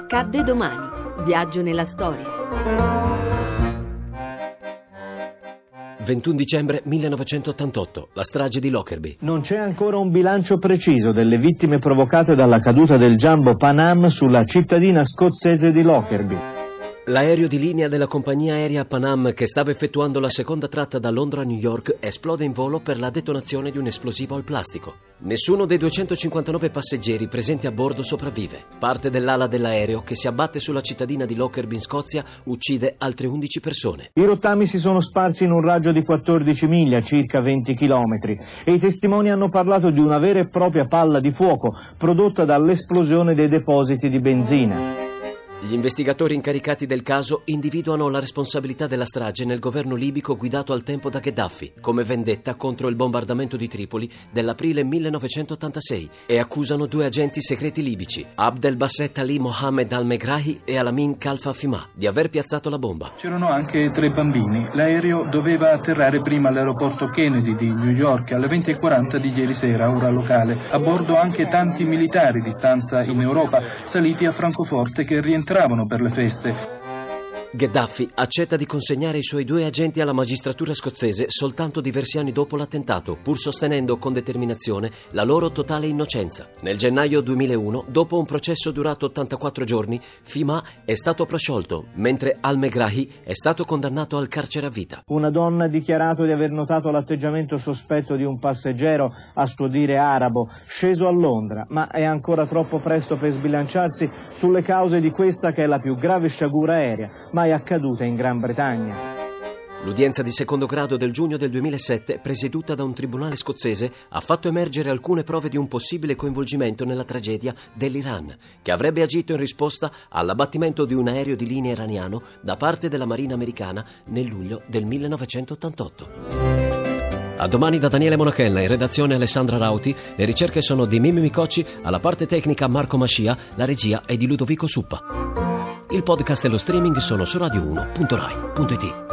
Accadde domani. Viaggio nella storia. 21 dicembre 1988, la strage di Lockerbie. Non c'è ancora un bilancio preciso delle vittime provocate dalla caduta del jumbo Pan Am sulla cittadina scozzese di Lockerbie. L'aereo di linea della compagnia aerea Pan Am, che stava effettuando la seconda tratta da Londra a New York, esplode in volo per la detonazione di un esplosivo al plastico. Nessuno dei 259 passeggeri presenti a bordo sopravvive. Parte dell'ala dell'aereo, che si abbatte sulla cittadina di Lockerbie in Scozia, uccide altre 11 persone. I rottami si sono sparsi in un raggio di 14 miglia, circa 20 chilometri, e i testimoni hanno parlato di una vera e propria palla di fuoco prodotta dall'esplosione dei depositi di benzina. Gli investigatori incaricati del caso individuano la responsabilità della strage nel governo libico guidato al tempo da Gheddafi, come vendetta contro il bombardamento di Tripoli dell'aprile 1986, e accusano 2 agenti segreti libici, Abdel Basset Ali Mohammed al-Megrahi e Alamin Khalfa Fima, di aver piazzato la bomba. C'erano anche 3 bambini. L'aereo doveva atterrare prima all'aeroporto Kennedy di New York alle 20:40 di ieri sera, ora locale. A bordo anche tanti militari di stanza in Europa, saliti a Francoforte, che rientravano per le feste. Gheddafi accetta di consegnare i suoi 2 agenti alla magistratura scozzese soltanto diversi anni dopo l'attentato, pur sostenendo con determinazione la loro totale innocenza. Nel gennaio 2001, dopo un processo durato 84 giorni, Fima è stato prosciolto, mentre al-Megrahi è stato condannato al carcere a vita. Una donna ha dichiarato di aver notato l'atteggiamento sospetto di un passeggero, a suo dire arabo, sceso a Londra, ma è ancora troppo presto per sbilanciarsi sulle cause di questa che è la più grave sciagura aerea mai accaduta in Gran Bretagna. L'udienza di secondo grado del giugno del 2007, presieduta da un tribunale scozzese, ha fatto emergere alcune prove di un possibile coinvolgimento nella tragedia dell'Iran, che avrebbe agito in risposta all'abbattimento di un aereo di linea iraniano da parte della Marina americana nel luglio del 1988. A domani da Daniele Monachella, in redazione Alessandra Rauti, le ricerche sono di Mimmi Micocci, alla parte tecnica Marco Mascia, la regia è di Ludovico Suppa. Il podcast e lo streaming sono su radio1.rai.it.